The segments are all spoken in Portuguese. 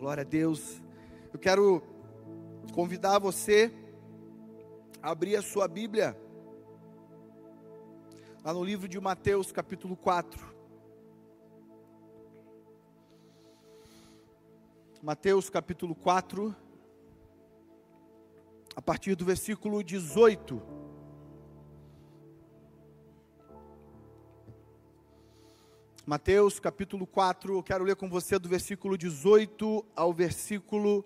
Glória a Deus. Eu quero convidar você a abrir a sua Bíblia lá no livro de Mateus, capítulo 4. Mateus, capítulo 4, a partir do versículo 18. Mateus, capítulo 4, eu quero ler com você do versículo 18 ao versículo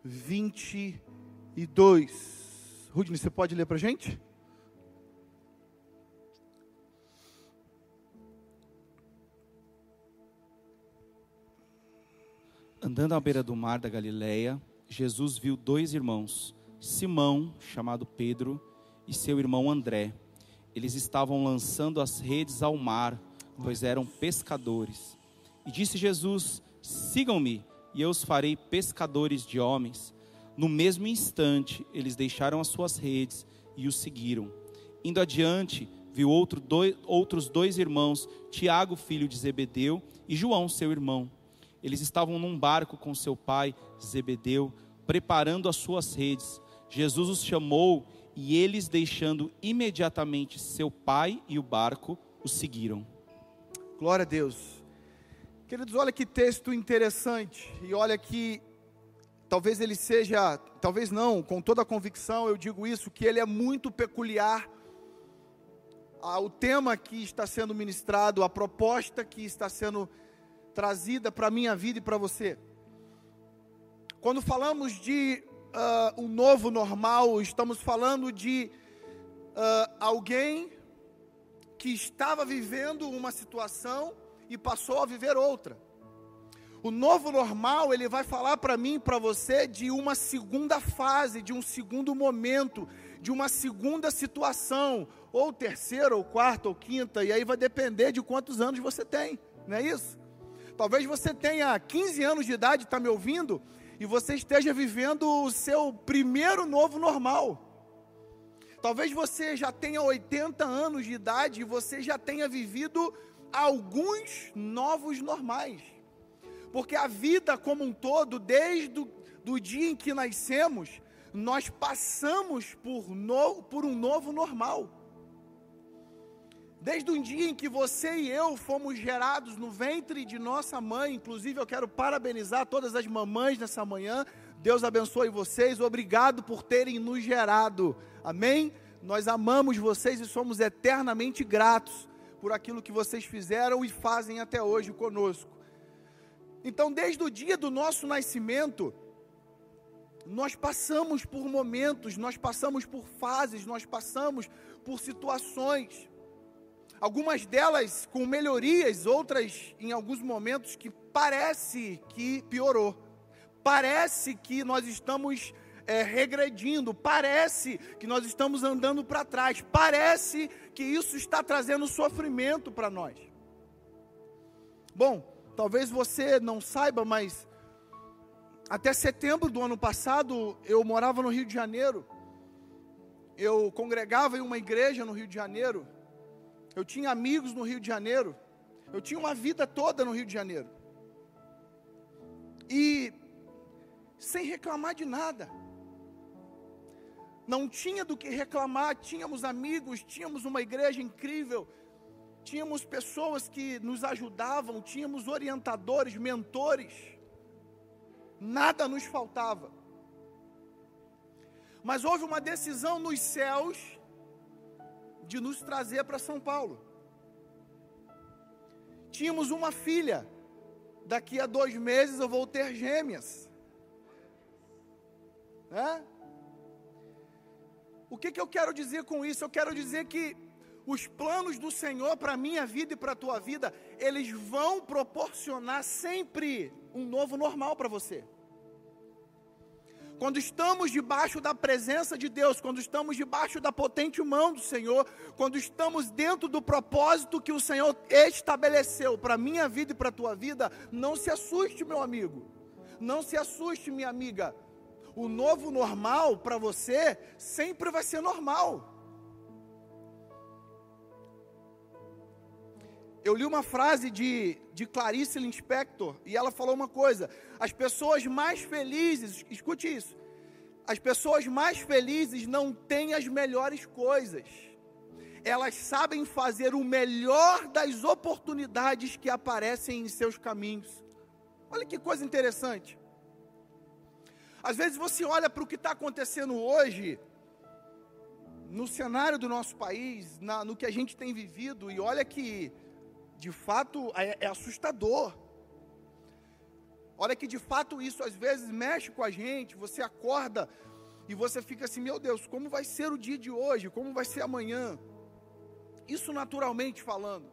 22. Rudney, você pode ler para a gente? Andando à beira do mar da Galileia, Jesus viu dois irmãos, Simão, chamado Pedro, e seu irmão André. Eles estavam lançando as redes ao mar, pois eram pescadores. E disse Jesus: sigam-me, e eu os farei pescadores de homens. No mesmo instante, eles deixaram as suas redes e os seguiram. Indo adiante, viu outros dois irmãos, Tiago, filho de Zebedeu, e João, seu irmão. Eles estavam num barco com seu pai, Zebedeu, preparando as suas redes. Jesus os chamou, e eles, deixando imediatamente seu pai e o barco, os seguiram. Glória a Deus. Queridos, olha que texto interessante. E olha que, talvez ele seja, talvez não, com toda a convicção eu digo isso, que ele é muito peculiar ao tema que está sendo ministrado, a proposta que está sendo trazida para a minha vida e para você. Quando falamos de um novo normal, estamos falando de alguém que estava vivendo uma situação e passou a viver outra. O novo normal, ele vai falar para mim e para você de uma segunda fase, de um segundo momento, de uma segunda situação, ou terceira, ou quarta, ou quinta, e aí vai depender de quantos anos você tem, não é isso? Talvez você tenha 15 anos de idade, está me ouvindo, e você esteja vivendo o seu primeiro novo normal. Talvez você já tenha 80 anos de idade e você já tenha vivido alguns novos normais. Porque a vida como um todo, desde o dia em que nascemos, nós passamos por um novo normal. Desde um dia em que você e eu fomos gerados no ventre de nossa mãe, inclusive eu quero parabenizar todas as mamães nessa manhã, Deus abençoe vocês, obrigado por terem nos gerado, amém? Nós amamos vocês e somos eternamente gratos por aquilo que vocês fizeram e fazem até hoje conosco. Então, desde o dia do nosso nascimento, nós passamos por momentos, nós passamos por fases, nós passamos por situações. Algumas delas com melhorias, outras em alguns momentos que parece que piorou. Parece que nós estamos regredindo, parece que nós estamos andando para trás, parece que isso está trazendo sofrimento para nós. Bom, talvez você não saiba, mas até setembro do ano passado, eu morava no Rio de Janeiro, eu congregava em uma igreja no Rio de Janeiro, eu tinha amigos no Rio de Janeiro, eu tinha uma vida toda no Rio de Janeiro, e sem reclamar de nada, não tinha do que reclamar, tínhamos amigos, tínhamos uma igreja incrível, tínhamos pessoas que nos ajudavam, tínhamos orientadores, mentores, nada nos faltava. Mas houve uma decisão nos céus de nos trazer para São Paulo. Tínhamos uma filha, daqui a 2 meses eu vou ter gêmeas. O que eu quero dizer com isso? Eu quero dizer que os planos do Senhor para a minha vida e para a tua vida, eles vão proporcionar sempre um novo normal para você. Quando estamos debaixo da presença de Deus, quando estamos debaixo da potente mão do Senhor, quando estamos dentro do propósito que o Senhor estabeleceu para a minha vida e para a tua vida, não se assuste, meu amigo, não se assuste, minha amiga. O novo normal para você sempre vai ser normal. Eu li uma frase de Clarice Lispector, e ela falou uma coisa: as pessoas mais felizes, escute isso, as pessoas mais felizes não têm as melhores coisas, elas sabem fazer o melhor das oportunidades que aparecem em seus caminhos. Olha que coisa interessante. Às vezes você olha para o que está acontecendo hoje, no cenário do nosso país, no que a gente tem vivido, e olha que, de fato, é assustador. Olha que, de fato, isso às vezes mexe com a gente. Você acorda e você fica assim: meu Deus, como vai ser o dia de hoje? Como vai ser amanhã? Isso naturalmente falando.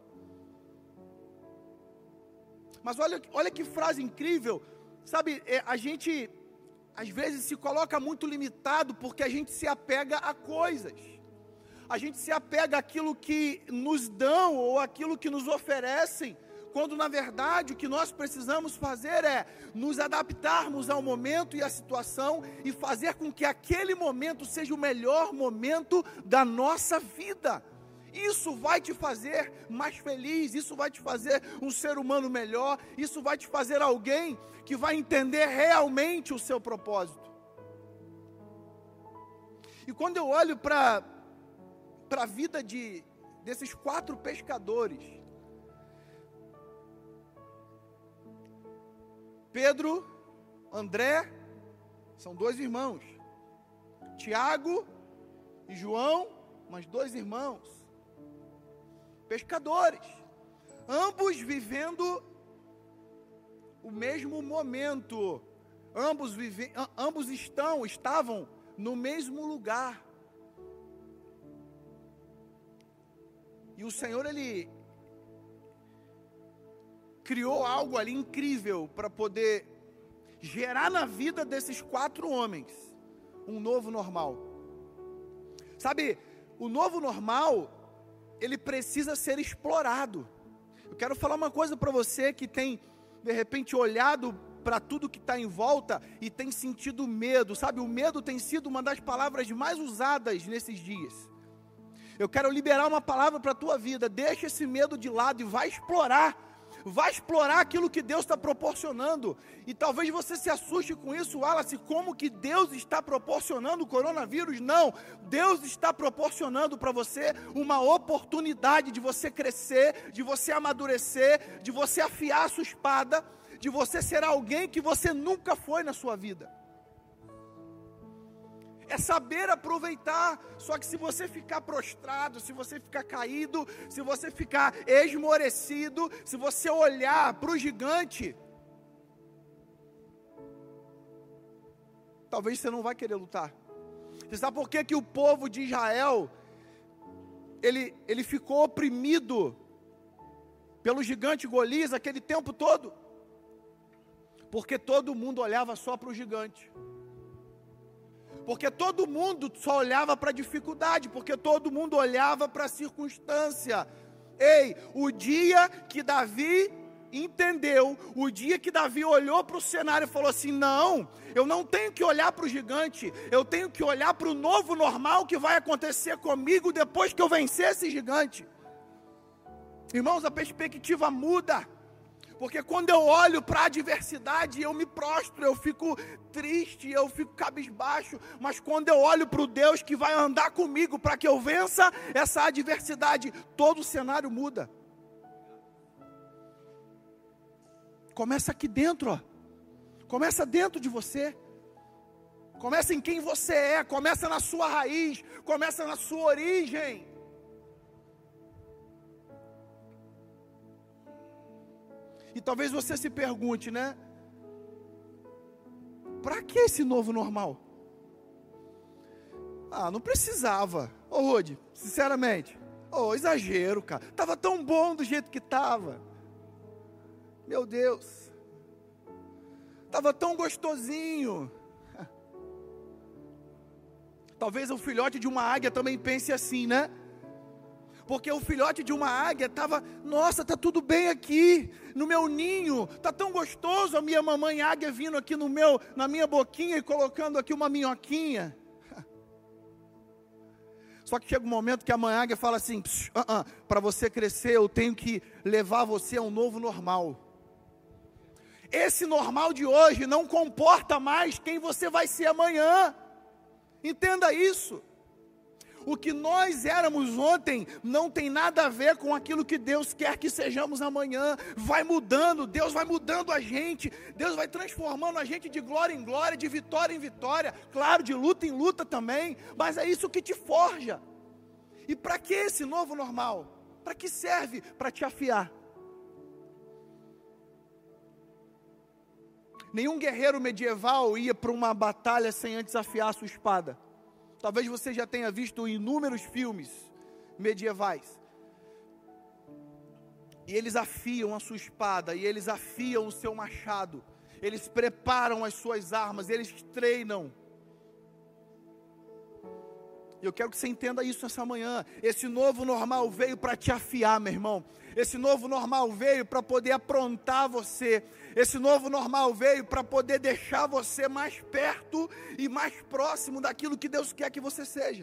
Mas olha que frase incrível. Sabe, a gente às vezes se coloca muito limitado porque a gente se apega a coisas. A gente se apega àquilo que nos dão ou àquilo que nos oferecem, quando na verdade o que nós precisamos fazer é nos adaptarmos ao momento e à situação e fazer com que aquele momento seja o melhor momento da nossa vida. Isso vai te fazer mais feliz, isso vai te fazer um ser humano melhor, isso vai te fazer alguém que vai entender realmente o seu propósito. E quando eu olho para a vida desses 4 pescadores, Pedro, André, são 2 irmãos, Tiago e João, mais 2 irmãos, pescadores, ambos vivendo o mesmo momento, ambos estavam no mesmo lugar. E o Senhor, Ele criou algo ali incrível para poder gerar na vida desses 4 homens um novo normal. Sabe, o novo normal, ele precisa ser explorado. Eu quero falar uma coisa para você que tem, de repente, olhado para tudo que está em volta e tem sentido medo. Sabe, o medo tem sido uma das palavras mais usadas nesses dias. Eu quero liberar uma palavra para a tua vida. Deixa esse medo de lado e vai explorar. Vai explorar aquilo que Deus está proporcionando. E talvez você se assuste com isso: Wallace, como que Deus está proporcionando o coronavírus? Não, Deus está proporcionando para você uma oportunidade de você crescer, de você amadurecer, de você afiar a sua espada, de você ser alguém que você nunca foi na sua vida. É saber aproveitar. Só que se você ficar prostrado, se você ficar caído, se você ficar esmorecido, se você olhar para o gigante, talvez você não vai querer lutar. Você sabe por que o povo de Israel, ele ficou oprimido pelo gigante Golias aquele tempo todo? Porque todo mundo olhava só para o gigante. Porque todo mundo só olhava para a dificuldade, porque todo mundo olhava para a circunstância. Ei, o dia que Davi entendeu, o dia que Davi olhou para o cenário e falou assim: não, eu não tenho que olhar para o gigante, eu tenho que olhar para o novo normal que vai acontecer comigo depois que eu vencer esse gigante. Irmãos, a perspectiva muda. Porque quando eu olho para a adversidade, eu me prostro, eu fico triste, eu fico cabisbaixo. Mas quando eu olho para o Deus que vai andar comigo para que eu vença essa adversidade, todo o cenário muda. Começa aqui dentro, ó. Começa dentro de você. Começa em quem você é, começa na sua raiz, começa na sua origem. E talvez você se pergunte, né? Para que esse novo normal? Não precisava. Ô Rode, sinceramente, exagero, cara. Estava tão bom do jeito que estava. Meu Deus. Estava tão gostosinho. Talvez o filhote de uma águia também pense assim, né? Porque o filhote de uma águia estava, nossa, está tudo bem aqui, no meu ninho, está tão gostoso a minha mamãe águia vindo aqui na minha boquinha e colocando aqui uma minhoquinha. Só que chega um momento que a mãe águia fala assim, para você crescer eu tenho que levar você a um novo normal. Esse normal de hoje não comporta mais quem você vai ser amanhã. Entenda isso. O que nós éramos ontem não tem nada a ver com aquilo que Deus quer que sejamos amanhã. Vai mudando, Deus vai mudando a gente. Deus vai transformando a gente de glória em glória, de vitória em vitória. Claro, de luta em luta também, mas é isso que te forja. E para que esse novo normal? Para que serve? Para te afiar. Nenhum guerreiro medieval ia para uma batalha sem antes afiar a sua espada. Talvez você já tenha visto inúmeros filmes medievais. E eles afiam a sua espada, e eles afiam o seu machado. Eles preparam as suas armas, eles treinam. Eu quero que você entenda isso nessa manhã. Esse novo normal veio para te afiar, meu irmão. Esse novo normal veio para poder aprontar você. Esse novo normal veio para poder deixar você mais perto e mais próximo daquilo que Deus quer que você seja.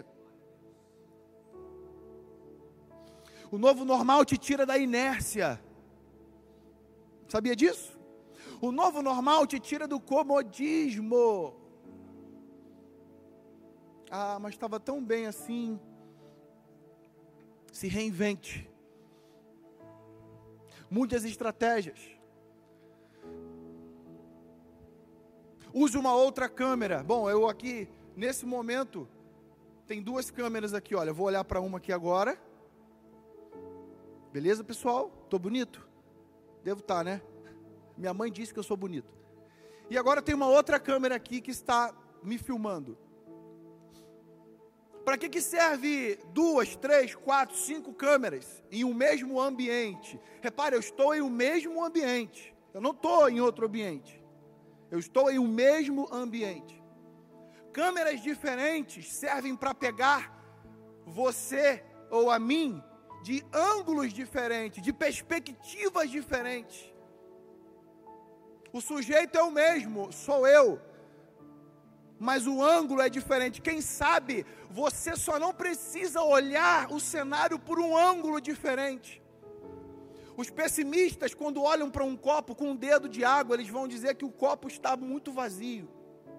O novo normal te tira da inércia. Sabia disso? O novo normal te tira do comodismo. Ah, mas estava tão bem assim. Se reinvente. Mude as estratégias. Use uma outra câmera. Bom, eu aqui, nesse momento, tem duas câmeras aqui, olha. Eu vou olhar para uma aqui agora. Beleza, pessoal? Estou bonito? Devo estar, né? Minha mãe disse que eu sou bonito. E agora tem uma outra câmera aqui que está me filmando. Para que serve 2, 3, 4, 5 câmeras em um mesmo ambiente? Repare, eu estou em um mesmo ambiente. Eu não estou em outro ambiente. Eu estou em um mesmo ambiente. Câmeras diferentes servem para pegar você ou a mim de ângulos diferentes, de perspectivas diferentes. O sujeito é o mesmo, sou eu. Mas o ângulo é diferente. Quem sabe, você só não precisa olhar o cenário por um ângulo diferente. Os pessimistas, quando olham para um copo com um dedo de água, eles vão dizer que o copo está muito vazio.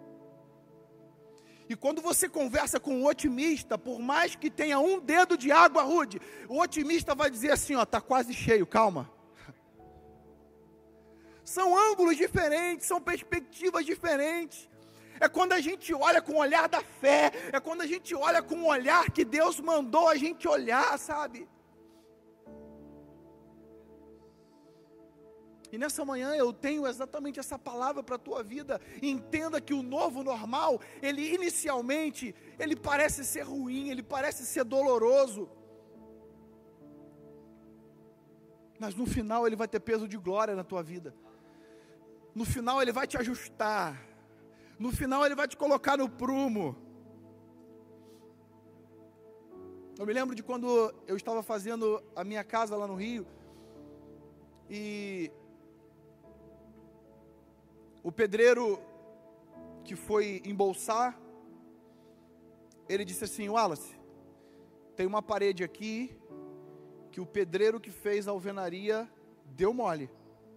E quando você conversa com um otimista, por mais que tenha um dedo de água, Rude, o otimista vai dizer assim, ó, está quase cheio, calma. São ângulos diferentes, são perspectivas diferentes. É quando a gente olha com o olhar da fé, é quando a gente olha com o olhar que Deus mandou a gente olhar, sabe? E nessa manhã eu tenho exatamente essa palavra para a tua vida. Entenda que o novo normal, ele inicialmente, ele parece ser ruim, ele parece ser doloroso. Mas no final ele vai ter peso de glória na tua vida. No final ele vai te ajustar. No final ele vai te colocar no prumo. Eu me lembro de quando eu estava fazendo a minha casa lá no Rio. E o pedreiro que foi embolsar, ele disse assim, Wallace, tem uma parede aqui que o pedreiro que fez a alvenaria deu mole.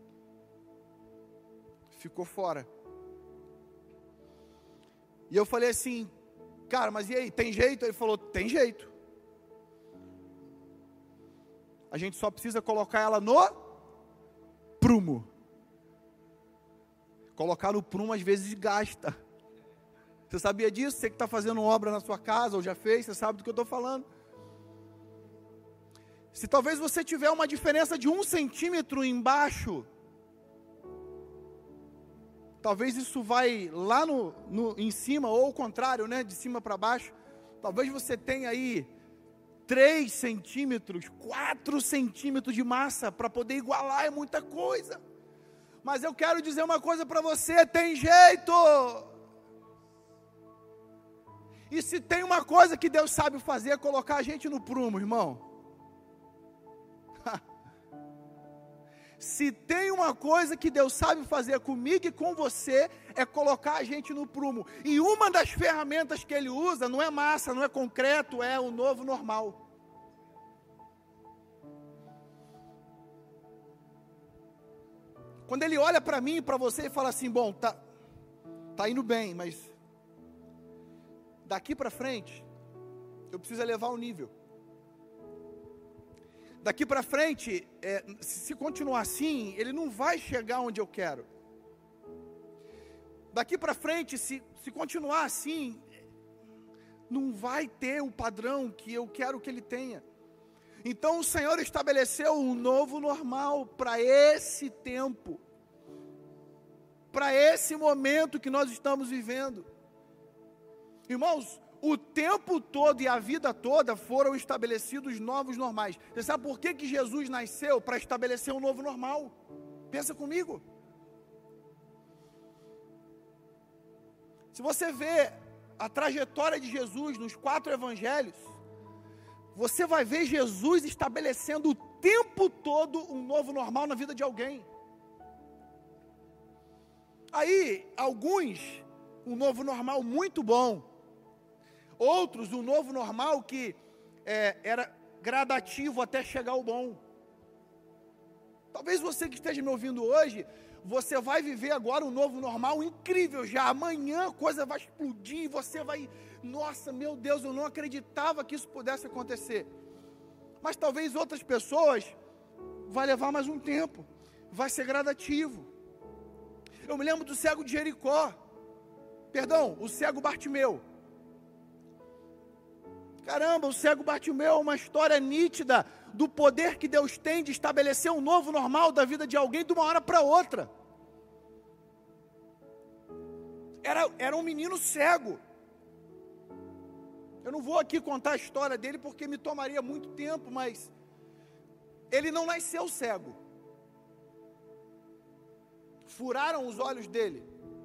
Ficou fora. E eu falei assim, cara, mas e aí, tem jeito? Ele falou, tem jeito. A gente só precisa colocar ela no prumo. Colocar no prumo às vezes gasta. Você sabia disso? Você que está fazendo obra na sua casa, ou já fez, você sabe do que eu estou falando. Se talvez você tiver uma diferença de 1 centímetro embaixo, talvez isso vai lá em cima, ou o contrário, né, de cima para baixo. Talvez você tenha aí 3 centímetros, 4 centímetros de massa, para poder igualar, é muita coisa. Mas eu quero dizer uma coisa para você, tem jeito. E se tem uma coisa que Deus sabe fazer, é colocar a gente no prumo, irmão. Se tem uma coisa que Deus sabe fazer comigo e com você, é colocar a gente no prumo. E uma das ferramentas que Ele usa não é massa, não é concreto, é o novo normal. Quando Ele olha para mim e para você e fala assim, bom, tá indo bem, mas daqui para frente, eu preciso elevar o nível. Daqui para frente, se continuar assim, ele não vai chegar onde eu quero. Daqui para frente, se continuar assim, não vai ter o padrão que eu quero que ele tenha. Então o Senhor estabeleceu um novo normal para esse tempo, para esse momento que nós estamos vivendo. Irmãos, o tempo todo e a vida toda foram estabelecidos novos normais. Você sabe por que Jesus nasceu? Para estabelecer um novo normal. Pensa comigo. Se você vê a trajetória de Jesus nos 4 evangelhos, você vai ver Jesus estabelecendo o tempo todo um novo normal na vida de alguém. Aí, alguns, um novo normal muito bom. Outros, um novo normal que era gradativo até chegar ao bom. Talvez você que esteja me ouvindo hoje, você vai viver agora um novo normal incrível já. Amanhã a coisa vai explodir e você vai... Nossa, meu Deus, eu não acreditava que isso pudesse acontecer. Mas talvez outras pessoas vai levar mais um tempo. Vai ser gradativo. Eu me lembro do cego de Jericó. Perdão, o cego Bartimeu. Caramba, o cego Bartimeu é uma história nítida do poder que Deus tem de estabelecer um novo normal da vida de alguém de uma hora para outra. Era um menino cego. Eu não vou aqui contar a história dele porque me tomaria muito tempo, mas ele não nasceu cego. Furaram os olhos dele.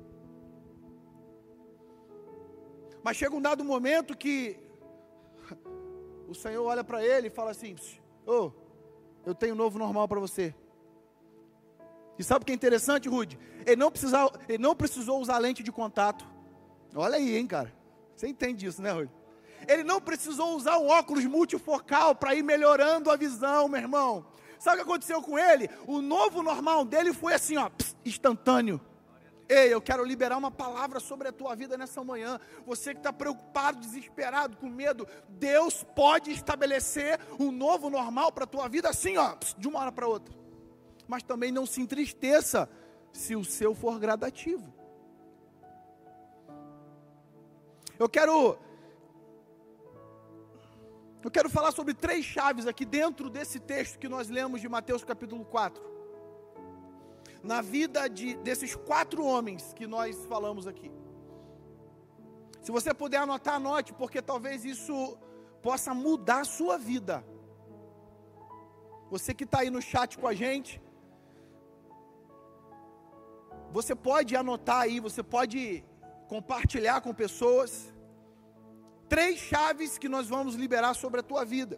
Mas chega um dado momento que o Senhor olha para ele e fala assim, eu tenho um novo normal para você. E sabe o que é interessante, Rude? Ele não precisou usar lente de contato. Olha aí, hein, cara. Você entende isso, né, Rude? Ele não precisou usar um óculos multifocal para ir melhorando a visão, meu irmão. Sabe o que aconteceu com ele? O novo normal dele foi assim, instantâneo. Ei, eu quero liberar uma palavra sobre a tua vida nessa manhã. Você que está preocupado, desesperado, com medo, Deus pode estabelecer um novo normal para a tua vida assim, de uma hora para outra. Mas também não se entristeça se o seu for gradativo. Eu quero falar sobre 3 chaves aqui dentro desse texto que nós lemos de Mateus capítulo 4. Na vida desses 4 homens que nós falamos aqui. Se você puder anotar, anote, porque talvez isso possa mudar a sua vida. Você que está aí no chat com a gente, você pode anotar aí, você pode compartilhar com pessoas. 3 chaves que nós vamos liberar sobre a tua vida.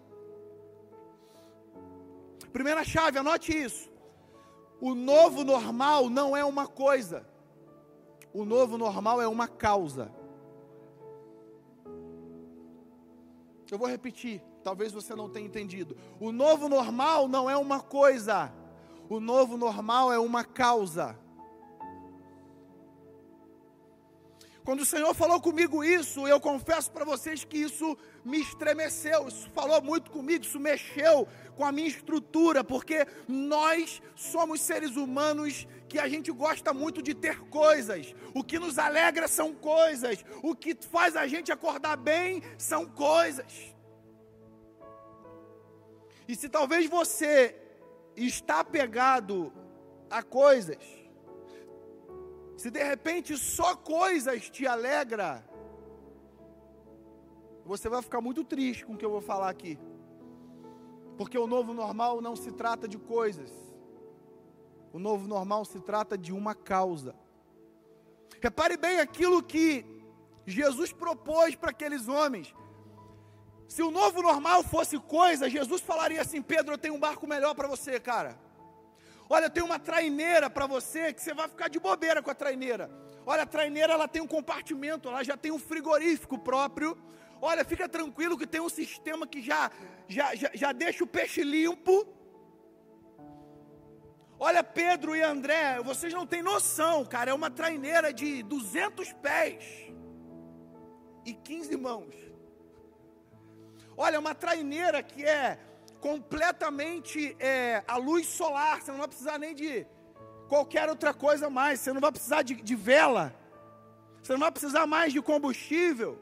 Primeira chave, anote isso. O novo normal não é uma coisa. O novo normal é uma causa. Eu vou repetir, talvez você não tenha entendido. O novo normal não é uma coisa. O novo normal é uma causa. Quando o Senhor falou comigo isso, eu confesso para vocês que isso me estremeceu, isso falou muito comigo, isso mexeu com a minha estrutura, porque nós somos seres humanos que a gente gosta muito de ter coisas, o que nos alegra são coisas, o que faz a gente acordar bem são coisas. E se talvez você está apegado a coisas, se de repente só coisas te alegra, você vai ficar muito triste com o que eu vou falar aqui. Porque o novo normal não se trata de coisas. O novo normal se trata de uma causa. Repare bem aquilo que Jesus propôs para aqueles homens. Se o novo normal fosse coisa, Jesus falaria assim: Pedro, eu tenho um barco melhor para você, cara. Olha, tem uma traineira para você, que você vai ficar de bobeira com a traineira. Olha, a traineira, ela tem um compartimento, ela já tem um frigorífico próprio. Olha, fica tranquilo que tem um sistema que já deixa o peixe limpo. Olha, Pedro e André, vocês não têm noção, cara, é uma traineira de 200 pés e 15 mãos. Olha, uma traineira que é completamente a luz solar, você não vai precisar nem de qualquer outra coisa mais, você não vai precisar de vela, você não vai precisar mais de combustível.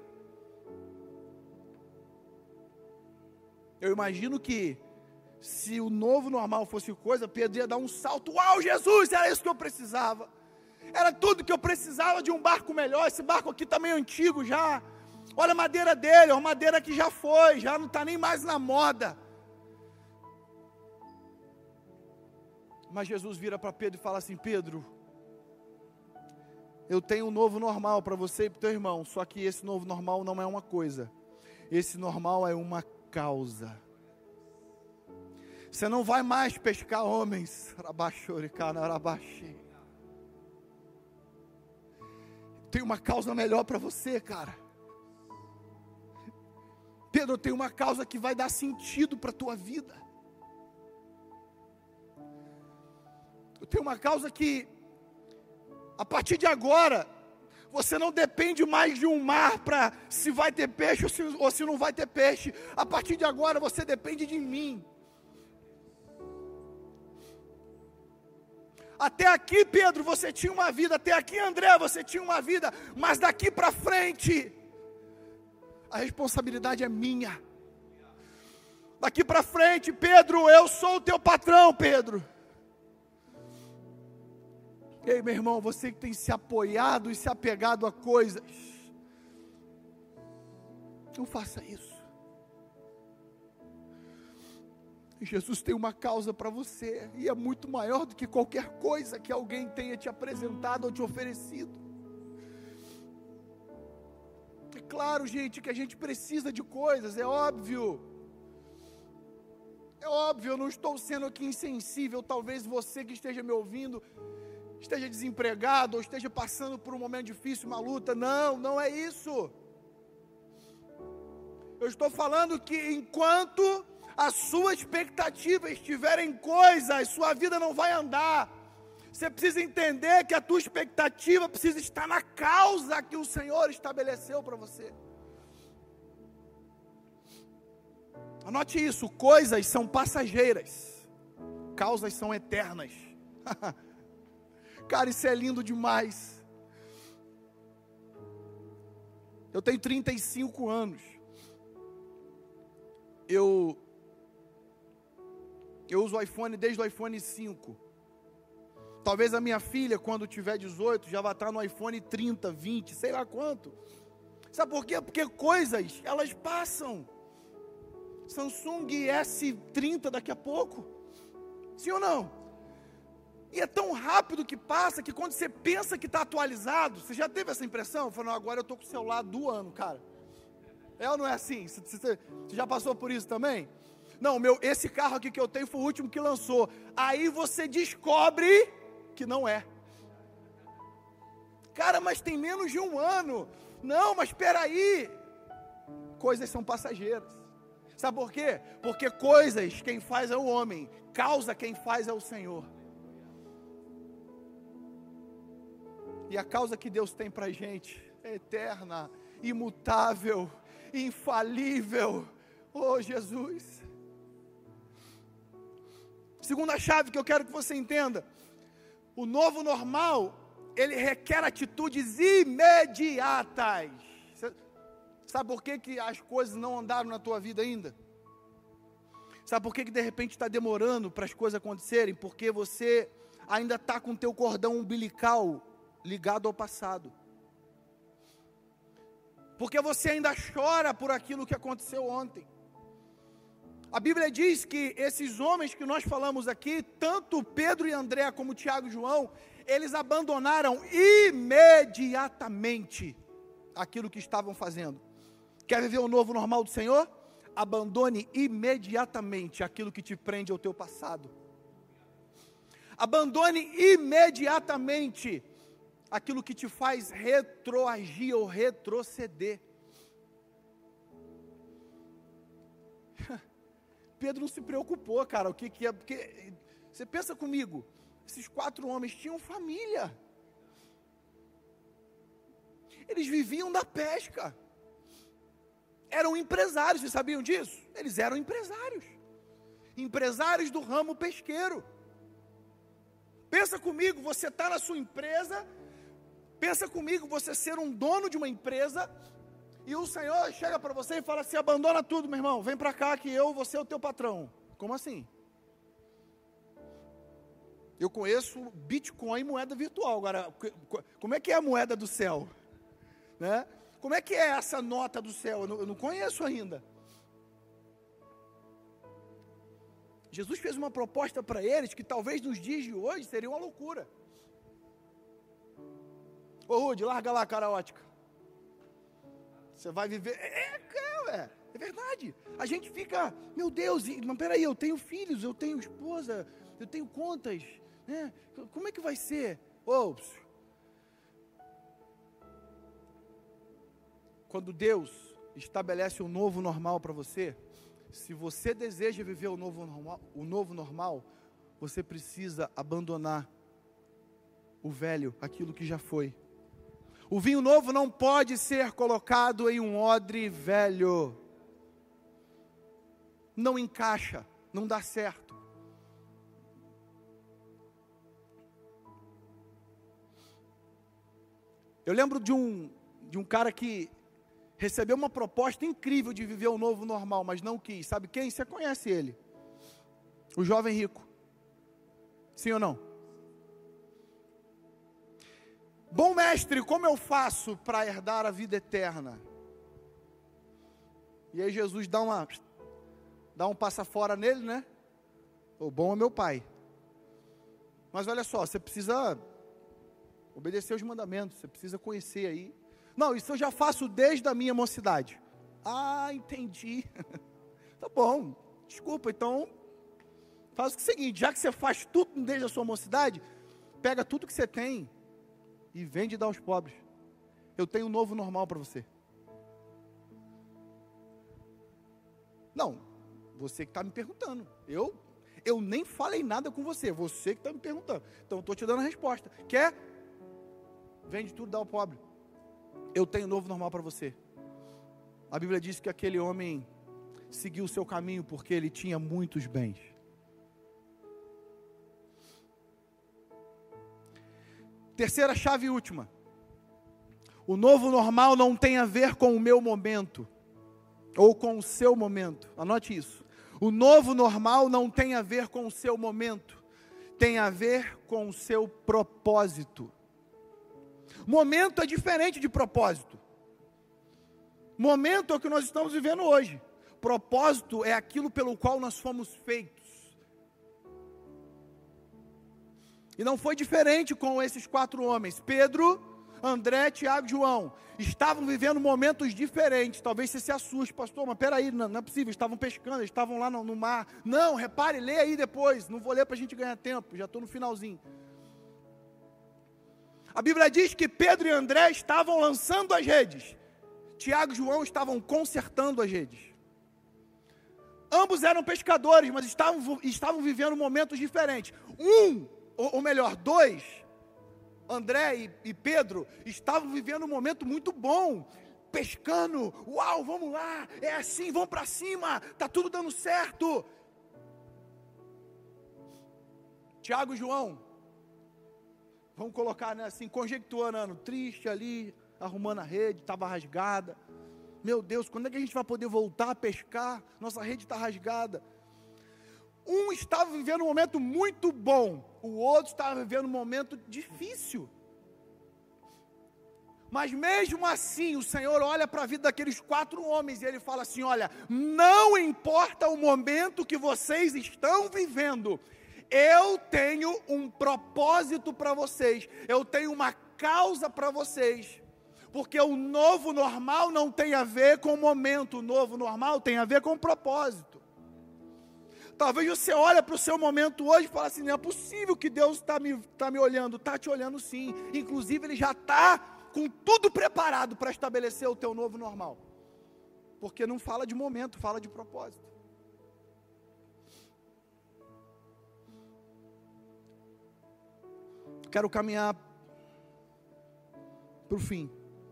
Eu imagino que se o novo normal fosse coisa, Pedro ia dar um salto. Uau, Jesus, era isso que eu precisava. Era tudo que eu precisava, de um barco melhor. Esse barco aqui também é antigo já. Olha a madeira dele, é uma madeira que já foi, já não está nem mais na moda. Mas Jesus vira para Pedro e fala assim: Pedro, eu tenho um novo normal para você e para o teu irmão. Só que esse novo normal não é uma coisa. Esse normal é uma causa. Você não vai mais pescar homens. Tem uma causa melhor para você, cara. Pedro, tem uma causa que vai dar sentido para a tua vida. Eu tenho uma causa que, a partir de agora, você não depende mais de um mar para se vai ter peixe ou se não vai ter peixe. A partir de agora, você depende de mim. Até aqui, Pedro, você tinha uma vida. Até aqui, André, você tinha uma vida. Mas daqui para frente, a responsabilidade é minha. Daqui para frente, Pedro, eu sou o teu patrão, Pedro. Ei, meu irmão, você que tem se apoiado e se apegado a coisas, não faça isso. Jesus tem uma causa para você, e é muito maior do que qualquer coisa que alguém tenha te apresentado ou te oferecido. É claro, gente, que a gente precisa de coisas, é óbvio. É óbvio, eu não estou sendo aqui insensível. Talvez você que esteja me ouvindo esteja desempregado ou esteja passando por um momento difícil, uma luta. Não, não é isso. Eu estou falando que enquanto a sua expectativa estiver em coisas, sua vida não vai andar. Você precisa entender que a tua expectativa precisa estar na causa que o Senhor estabeleceu para você. Anote isso: coisas são passageiras, causas são eternas. Cara, isso é lindo demais. Eu tenho 35 anos. Eu uso o iPhone desde o iPhone 5. Talvez a minha filha, quando tiver 18, já vai estar no iPhone 30, 20, sei lá quanto. Sabe por quê? Porque coisas, elas passam. Samsung S30 daqui a pouco. Sim ou não? E é tão rápido que passa, que quando você pensa que está atualizado, você já teve essa impressão? Falando, agora eu estou com o celular do ano, cara. É ou não é assim? Você já passou por isso também? Não, esse carro aqui que eu tenho foi o último que lançou. Aí você descobre que não é. Cara, mas tem menos de um ano. Não, mas espera aí. Coisas são passageiras. Sabe por quê? Porque coisas quem faz é o homem, causa quem faz é o Senhor. E a causa que Deus tem para a gente é eterna, imutável, infalível. Oh, Jesus. Segunda chave que eu quero que você entenda: o novo normal, ele requer atitudes imediatas. Sabe por que as coisas não andaram na tua vida ainda? Sabe por que de repente está demorando para as coisas acontecerem? Porque você ainda está com o teu cordão umbilical ligado ao passado. Porque você ainda chora por aquilo que aconteceu ontem. A Bíblia diz que esses homens que nós falamos aqui, tanto Pedro e André como Tiago e João, eles abandonaram imediatamente aquilo que estavam fazendo. Quer viver o novo normal do Senhor? Abandone imediatamente aquilo que te prende ao teu passado. Abandone imediatamente aquilo que te faz retroagir ou retroceder. Pedro não se preocupou, cara, o que é, porque, você pensa comigo, esses 4 homens tinham família, eles viviam da pesca, eram empresários, vocês sabiam disso? Eles eram empresários do ramo pesqueiro. Pensa comigo, você está na sua empresa, pensa comigo, você ser um dono de uma empresa, e o Senhor chega para você e fala assim, abandona tudo, meu irmão, vem para cá que eu vou ser o teu patrão. Como assim? Eu conheço Bitcoin, moeda virtual, agora, como é que é a moeda do céu? Né? Como é que é essa nota do céu? Eu não conheço ainda. Jesus fez uma proposta para eles que talvez nos dias de hoje seria uma loucura. Ô Rude, larga lá a caraótica. Você vai viver... É verdade. A gente fica, meu Deus, mas peraí, eu tenho filhos, eu tenho esposa, eu tenho contas, né? Como é que vai ser? Quando Deus estabelece um novo normal para você, se você deseja viver o novo normal, você precisa abandonar o velho, aquilo que já foi. O vinho novo não pode ser colocado em um odre velho. Não encaixa, não dá certo. Eu lembro de um cara que recebeu uma proposta incrível de viver o novo normal, mas não quis. Sabe quem? Você conhece ele. O jovem rico. Sim ou não? Bom mestre, como eu faço para herdar a vida eterna? E aí Jesus dá um passa fora nele, né? O bom é meu pai. Mas olha só, você precisa obedecer os mandamentos, você precisa conhecer aí. Não, isso eu já faço desde a minha mocidade. Ah, entendi. Tá bom, desculpa, então faz o seguinte, já que você faz tudo desde a sua mocidade, pega tudo que você tem e vende e dá aos pobres. Eu tenho um novo normal para você. Não, você que está me perguntando. Eu nem falei nada com você, você que está me perguntando. Então eu estou te dando a resposta. Quer? Vende tudo e dá ao pobre. Eu tenho um novo normal para você. A Bíblia diz que aquele homem seguiu o seu caminho porque ele tinha muitos bens. Terceira chave e última. O novo normal não tem a ver com o meu momento, ou com o seu momento. Anote isso. O novo normal não tem a ver com o seu momento, tem a ver com o seu propósito. Momento é diferente de propósito. Momento é o que nós estamos vivendo hoje. Propósito é aquilo pelo qual nós fomos feitos. E não foi diferente com esses 4 homens. Pedro, André, Tiago e João estavam vivendo momentos diferentes. Talvez você se assuste, pastor, mas peraí, não é possível, estavam pescando, eles estavam lá no mar. Não, repare, lê aí depois, não vou ler para a gente ganhar tempo, já estou no finalzinho. A Bíblia diz que Pedro e André estavam lançando as redes. Tiago e João estavam consertando as redes. Ambos eram pescadores, mas estavam vivendo momentos diferentes. Ou melhor, 2, André e Pedro, estavam vivendo um momento muito bom, pescando, uau, vamos lá, é assim, vamos para cima, está tudo dando certo. Tiago e João, vamos colocar, né, assim, conjecturando, triste ali, arrumando a rede, estava rasgada. Meu Deus, quando é que a gente vai poder voltar a pescar? Nossa rede está rasgada. Um estava vivendo um momento muito bom, o outro estava vivendo um momento difícil. Mas mesmo assim, o Senhor olha para a vida daqueles 4 homens e Ele fala assim, olha, não importa o momento que vocês estão vivendo, eu tenho um propósito para vocês, eu tenho uma causa para vocês. Porque o novo normal não tem a ver com o momento, o novo normal tem a ver com o propósito. Talvez você olhe para o seu momento hoje e fale assim, não é possível que Deus está me olhando. Está te olhando sim. Inclusive Ele já está com tudo preparado para estabelecer o teu novo normal. Porque não fala de momento, fala de propósito. Quero caminhar para o fim.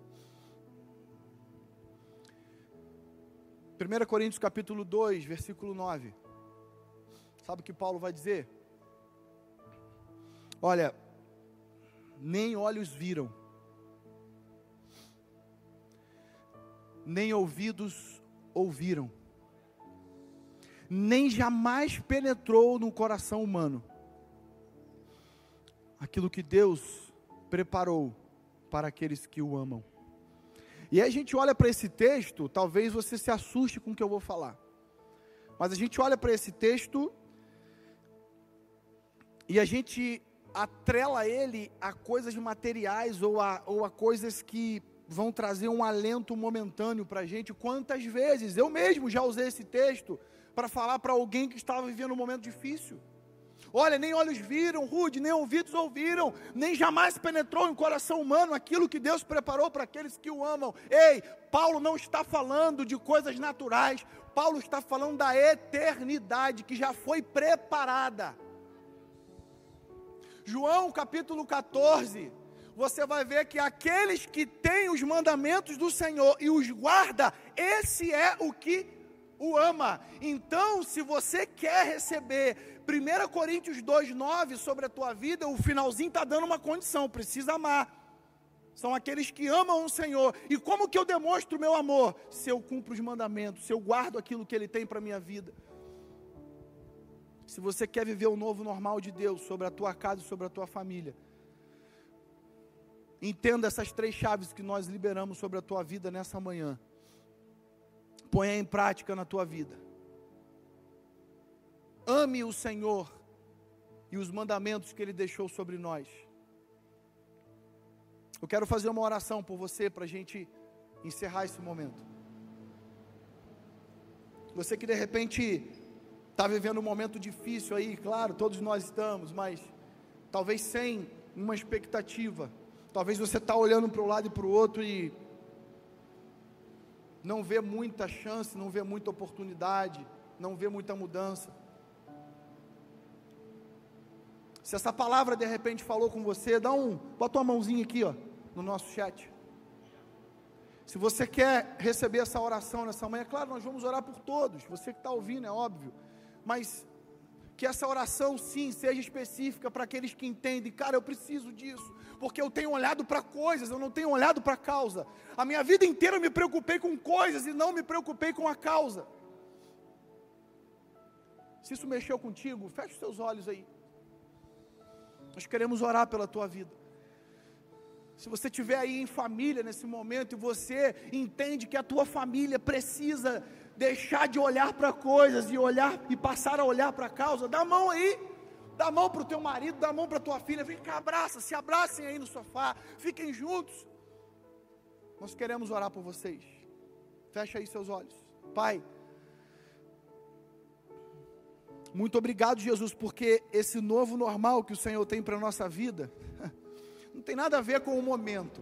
1 Coríntios capítulo 2, versículo 9. Sabe o que Paulo vai dizer? Olha, nem olhos viram, nem ouvidos ouviram, nem jamais penetrou no coração humano aquilo que Deus preparou para aqueles que o amam. E aí a gente olha para esse texto, talvez você se assuste com o que eu vou falar, mas a gente olha para esse texto e a gente atrela ele a coisas materiais ou a coisas que vão trazer um alento momentâneo para a gente. Quantas vezes eu mesmo já usei esse texto para falar para alguém que estava vivendo um momento difícil. Olha, nem olhos viram, Rude, nem ouvidos ouviram, nem jamais penetrou em coração humano aquilo que Deus preparou para aqueles que o amam. Ei, Paulo não está falando de coisas naturais, Paulo está falando da eternidade que já foi preparada. João capítulo 14, você vai ver que aqueles que têm os mandamentos do Senhor e os guarda, esse é o que o ama. Então, se você quer receber 1 Coríntios 2,9 sobre a tua vida, o finalzinho está dando uma condição, precisa amar. São aqueles que amam o Senhor. E como que eu demonstro o meu amor? Se eu cumpro os mandamentos, se eu guardo aquilo que Ele tem para a minha vida. Se você quer viver o novo normal de Deus sobre a tua casa e sobre a tua família, entenda essas 3 chaves que nós liberamos sobre a tua vida nessa manhã. Ponha em prática na tua vida. Ame o Senhor e os mandamentos que Ele deixou sobre nós. Eu quero fazer uma oração por você, para a gente encerrar esse momento. Você que de repente está vivendo um momento difícil aí, claro, todos nós estamos, mas talvez sem uma expectativa. Talvez você está olhando para um lado e para o outro e não vê muita chance, não vê muita oportunidade, não vê muita mudança. Se essa palavra de repente falou com você, bota uma mãozinha aqui, ó, no nosso chat. Se você quer receber essa oração nessa manhã, claro, nós vamos orar por todos, você que está ouvindo, é óbvio, mas que essa oração sim seja específica para aqueles que entendem, cara, eu preciso disso, porque eu tenho olhado para coisas, eu não tenho olhado para a causa. A minha vida inteira eu me preocupei com coisas e não me preocupei com a causa. Se isso mexeu contigo, feche os seus olhos aí. Nós queremos orar pela tua vida. Se você estiver aí em família nesse momento e você entende que a tua família precisa deixar de olhar para coisas e passar a olhar para a causa, dá a mão aí, dá a mão para o teu marido, dá a mão para a tua filha, vem cá, se abracem aí no sofá, fiquem juntos. Nós queremos orar por vocês. Fecha aí seus olhos. Pai, muito obrigado, Jesus, porque esse novo normal que o Senhor tem para a nossa vida não tem nada a ver com o momento,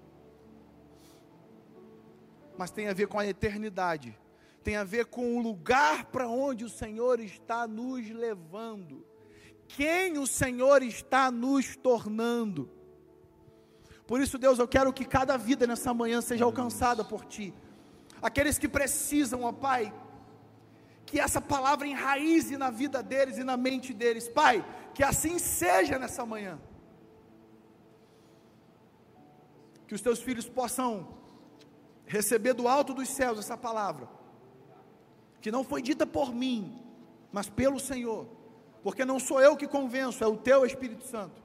mas tem a ver com a eternidade, tem a ver com o lugar para onde o Senhor está nos levando, quem o Senhor está nos tornando. Por isso, Deus, eu quero que cada vida nessa manhã seja alcançada por Ti, aqueles que precisam, ó Pai, que essa palavra enraize na vida deles e na mente deles, Pai, que assim seja nessa manhã, que os Teus filhos possam receber do alto dos céus essa palavra, que não foi dita por mim, mas pelo Senhor, porque não sou eu que convenço, é o Teu Espírito Santo.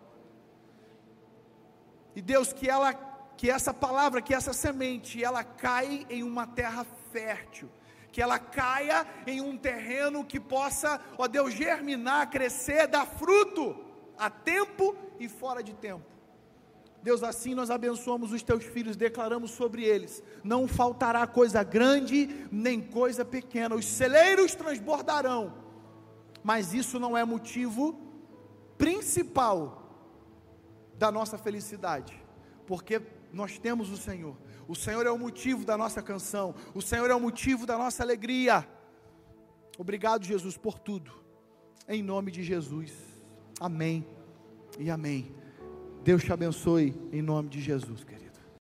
E Deus, que essa palavra, que essa semente, ela cai em uma terra fértil, que ela caia em um terreno que possa, ó Deus, germinar, crescer, dar fruto, a tempo e fora de tempo. Deus, assim nós abençoamos os Teus filhos, declaramos sobre eles, não faltará coisa grande, nem coisa pequena, os celeiros transbordarão, mas isso não é motivo principal da nossa felicidade, porque nós temos o Senhor. O Senhor é o motivo da nossa canção, o Senhor é o motivo da nossa alegria. Obrigado, Jesus, por tudo, em nome de Jesus, amém e amém. Deus te abençoe, em nome de Jesus, querido.